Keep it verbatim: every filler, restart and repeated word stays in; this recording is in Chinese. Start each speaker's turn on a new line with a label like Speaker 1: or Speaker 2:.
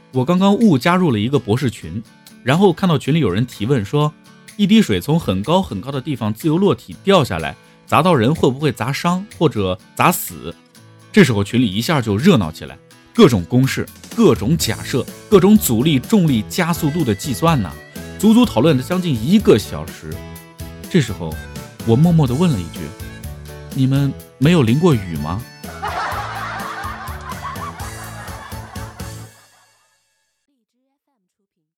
Speaker 1: 我刚刚误加入了一个博士群，然后看到群里有人提问说，一滴水从很高很高的地方自由落体掉下来，砸到人会不会砸伤或者砸死？这时候群里一下就热闹起来，各种公式、各种假设、各种阻力、重力、加速度的计算呢、啊，足足讨论了将近一个小时。这时候我默默地问了一句，你们没有淋过雨吗？